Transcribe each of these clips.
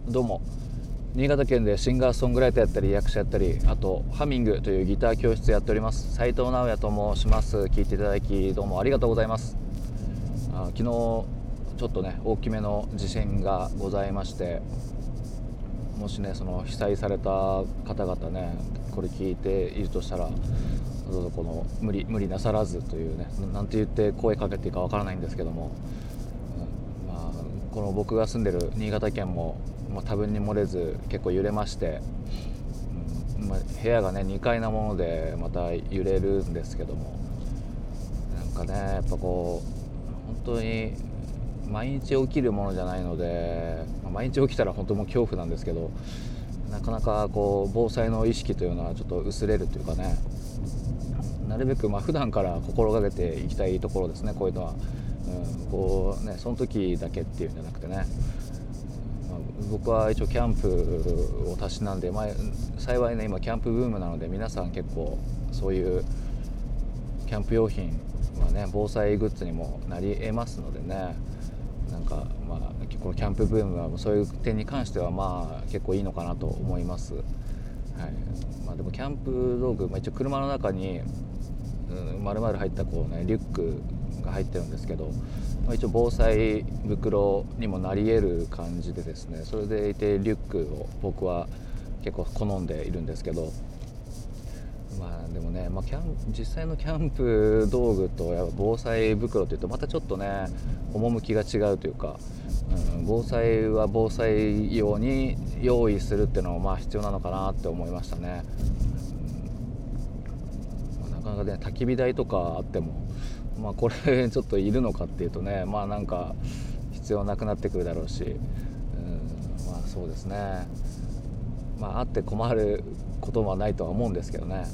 どうも、新潟県でシンガーソングライターやったり役者やったり、あとハミングというギター教室やっております斉藤直也と申します。聞いていただきどうもありがとうございます。昨日ちょっとね大きめの地震がございまして、もしねその被災された方々ねこれ聞いているとしたら、どうぞこの無理なさらずというね、なんて言って声かけていいかわからないんですけども、この僕が住んでる新潟県も、多分に漏れず結構揺れまして、部屋がね2階なものでまた揺れるんですけども、なんかねやっぱこう本当に毎日起きるものじゃないので、毎日起きたら本当もう恐怖なんですけど、なかなかこう防災の意識というのはちょっと薄れるというかね、なるべく普段から心がけていきたいところですね、こういうのは。こうね、その時だけっていうんじゃなくてね、僕は一応キャンプをたしなんで、幸いね今キャンプブームなので、皆さん結構そういうキャンプ用品はね防災グッズにもなり得ますのでね、なんかこのキャンプブームはそういう点に関しては結構いいのかなと思います。はい。でもキャンプ道具、一応車の中に丸々入ったこうねリュックが入ってるんですけど、一応防災袋にもなり得る感じでですね、それでいてリュックを僕は結構好んでいるんですけど、でもね、実際のキャンプ道具と防災袋というとまたちょっとね趣が違うというか、防災は防災用に用意するっていうのも必要なのかなって思いましたね。なかなかね焚き火台とかあってもこれちょっといるのかっていうとね、なんか必要なくなってくるだろうし、そうですね、あって困ることはないとは思うんですけどね。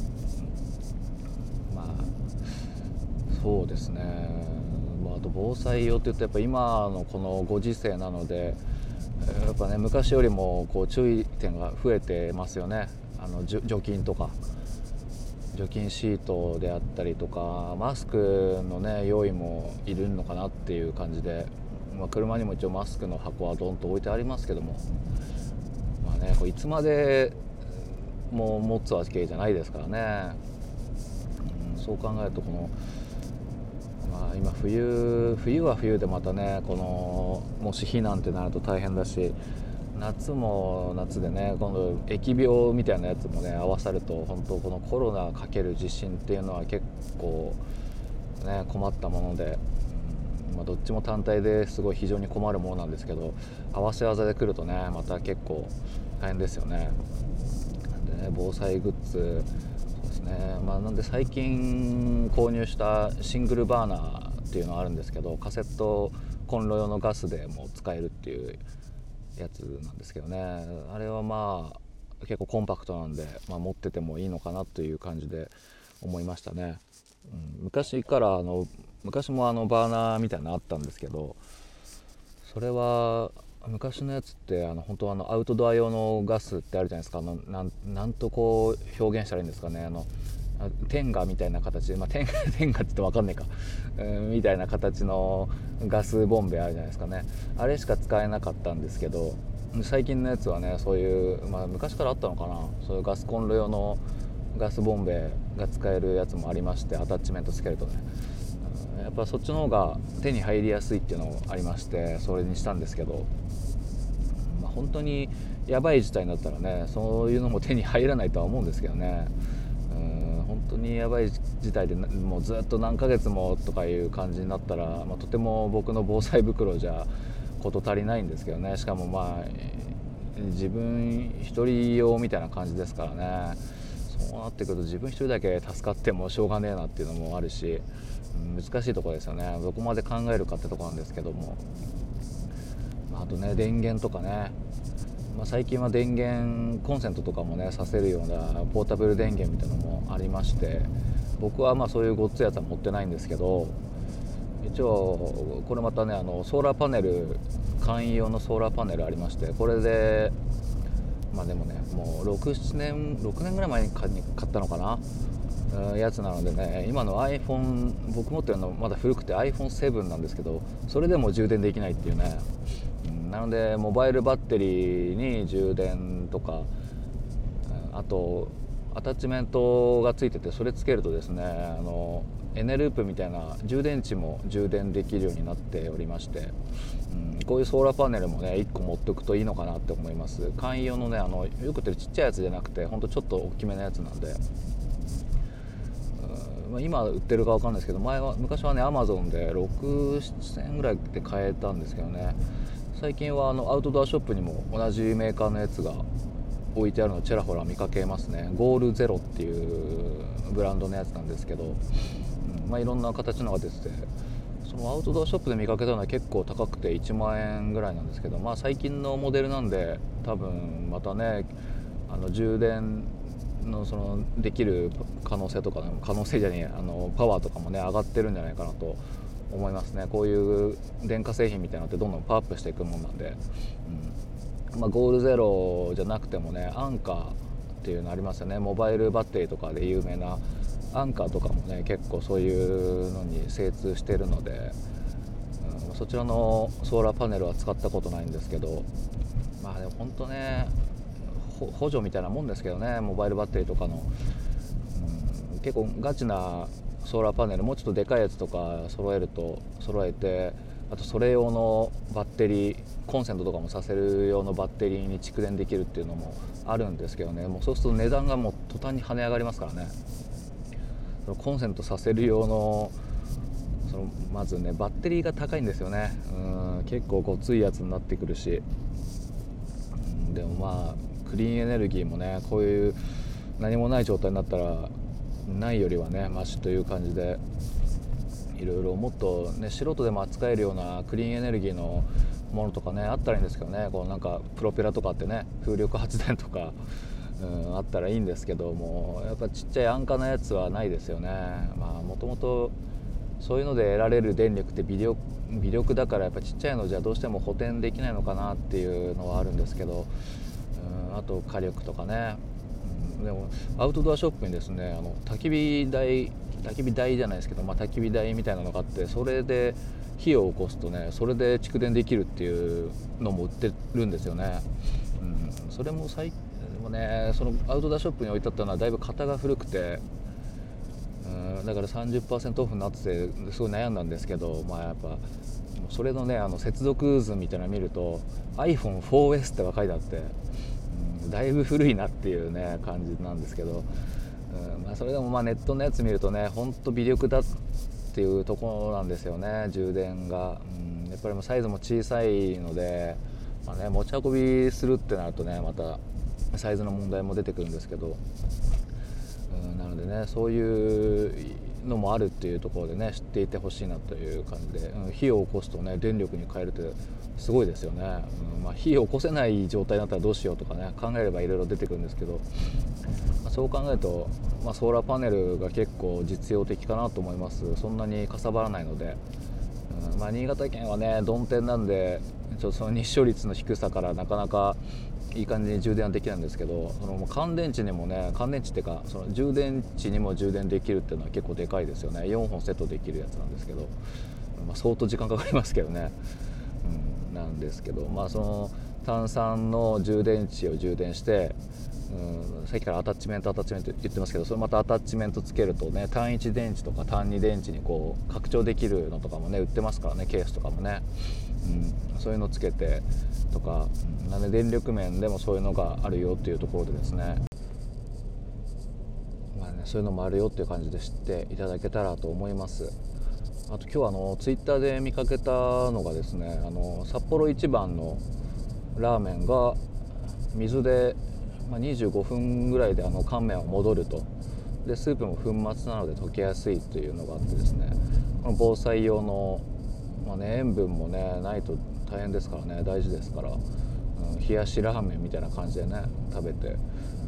そうですね、あと防災用って言うとやっぱ今のこのご時世なので、やっぱね昔よりもこう注意点が増えてますよね。除菌とか除菌シートであったりとか、マスクのね用意もいるのかなっていう感じで、車にも一応マスクの箱はドンと置いてありますけども、これいつまでも持つわけじゃないですからね。そう考えるとこの、今冬は冬でまたねこのもし避難ってなると大変だし、夏も夏でね今度疫病みたいなやつもね合わさると、本当このコロナ×地震っていうのは結構ね困ったもので、どっちも単体ですごい非常に困るものなんですけど、合わせ技で来るとねまた結構大変ですよね。でね防災グッズですね、なんで最近購入したシングルバーナーっていうのがあるんですけど、カセットコンロ用のガスでも使えるっていうやつなんですけどね、あれは結構コンパクトなんで、持っててもいいのかなという感じで思いましたね。昔もバーナーみたいなのあったんですけど、それは昔のやつって本当アウトドア用のガスってあるじゃないですか。なんとこう表現したらいいんですかね、天下みたいな形で、天下って言って分かんないか、みたいな形のガスボンベあるじゃないですかね。あれしか使えなかったんですけど、最近のやつはねそういう、昔からあったのかな、そういうガスコンロ用のガスボンベが使えるやつもありまして、アタッチメントつけるとね、やっぱそっちの方が手に入りやすいっていうのもありまして、それにしたんですけど、本当にやばい事態になったらねそういうのも手に入らないとは思うんですけどね。本当にやばい事態でもうずっと何ヶ月もとかいう感じになったら、とても僕の防災袋じゃ事足りないんですけどね。しかも自分一人用みたいな感じですからね。そうなってくると自分一人だけ助かってもしょうがねえなっていうのもあるし、難しいところですよね。どこまで考えるかってところなんですけども、あとね電源とかね、最近は電源コンセントとかもねさせるようなポータブル電源みたいなのもありまして、僕はそういうごっついやつは持ってないんですけど、一応これまたねソーラーパネル、簡易用のソーラーパネルありまして、これででもねもう6年ぐらい前に買ったのかな、やつなのでね、今の iPhone 僕持ってるのまだ古くて iPhone7 なんですけど、それでも充電できないっていうね、 なのでモバイルバッテリーに充電とか、あとアタッチメントがついてて、それつけるとですね、エネループみたいな充電池も充電できるようになっておりまして、こういうソーラーパネルもね1個持っておくといいのかなって思います。簡易用のねよく売ってるちっちゃいやつじゃなくて、ほんとちょっと大きめのやつなんで、今売ってるか分かんないですけど、昔はね Amazon で6,7,000円ぐらいで買えたんですけどね、最近はアウトドアショップにも同じメーカーのやつが置いてあるのをちらほら見かけますね。ゴールゼロっていうブランドのやつなんですけど、いろんな形のが出てて、そのアウトドアショップで見かけたのは結構高くて1万円ぐらいなんですけど、最近のモデルなんで多分またね充電のできる可能性とか、可能性じゃねえパワーとかもね上がってるんじゃないかなと思いますね。こういう電化製品みたいなのってどんどんパワーアップしていくもんなんで、ゴールゼロじゃなくてもねアンカーっていうのありますよね。モバイルバッテリーとかで有名なアンカーとかもね結構そういうのに精通しているので、そちらのソーラーパネルは使ったことないんですけど、でも本当ね補助みたいなもんですけどね、モバイルバッテリーとかの、結構ガチなソーラーパネルもうちょっとでかいやつとか揃えて、あとそれ用のバッテリー、コンセントとかもさせる用のバッテリーに蓄電できるっていうのもあるんですけどね、もうそうすると値段がもう途端に跳ね上がりますからね。そのコンセントさせる用のまずねバッテリーが高いんですよね。結構ごついやつになってくるし、でもクリーンエネルギーもねこういう何もない状態になったらないよりはねマシという感じで、いろいろもっとね素人でも扱えるようなクリーンエネルギーのものとかねあったらいいんですけどね、こうなんかプロペラとかってね風力発電とか、あったらいいんですけども、やっぱちっちゃい安価なやつはないですよね。もともとそういうので得られる電力って微力だから、やっぱちっちゃいのじゃどうしても補填できないのかなっていうのはあるんですけど、あと火力とかね、でもアウトドアショップにですね焚き火台じゃないですけど、焚き火台みたいなのがあって、それで火を起こすとねそれで蓄電できるっていうのも売ってるんですよね。それもでもねそのアウトドアショップに置いてあったのはだいぶ型が古くて、だから 30% オフになっててすごい悩んだんですけど、やっぱそれのね接続図みたいなの見ると iPhone4S って書いてあって、だいぶ古いなっていうね感じなんですけど、それでもネットのやつ見るとねほんと微力だっていうところなんですよね、充電が。やっぱりもうサイズも小さいので、持ち運びするってなるとねまたサイズの問題も出てくるんですけど、なのでねそういうのもあるっていうところでね知っていてほしいなという感じで、火を起こすとね電力に変えるってすごいですよね。火を起こせない状態になったらどうしようとかね考えればいろいろ出てくるんですけど、そう考えると、ソーラーパネルが結構実用的かなと思います。そんなにかさばらないので、新潟県はね曇天なんでちょっとその日照率の低さからなかなかいい感じに充電はできないんですけど、乾電池にもね乾電池っていうかその充電池にも充電できるっていうのは結構でかいですよね。4本セットできるやつなんですけど、相当時間かかりますけどね、なんですけど、その単3の充電池を充電して、さっきからアタッチメント言ってますけど、それまたアタッチメントつけるとね単1電池とか単2電池にこう拡張できるのとかもね売ってますからね、ケースとかもね、そういうのつけてとか、なんで電力面でもそういうのがあるよっていうところでですね、そういうのもあるよっていう感じで知っていただけたらと思います。あと今日ツイッターで見かけたのがですね、札幌一番のラーメンが水で25分ぐらいで乾麺は戻ると。でスープも粉末なので溶けやすいというのがあってですね、この防災用の、塩分もねないと大変ですからね、大事ですから、冷やしラーメンみたいな感じでね食べて、やっ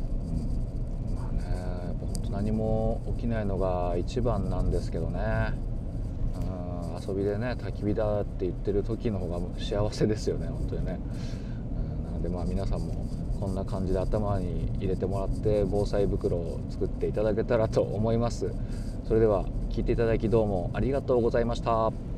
ぱ本当何も起きないのが一番なんですけどね。遊びでね焚き火だって言ってる時の方が幸せですよね本当にね。なので皆さんもこんな感じで頭に入れてもらって防災袋を作っていただけたらと思います。それでは聞いていただきどうもありがとうございました。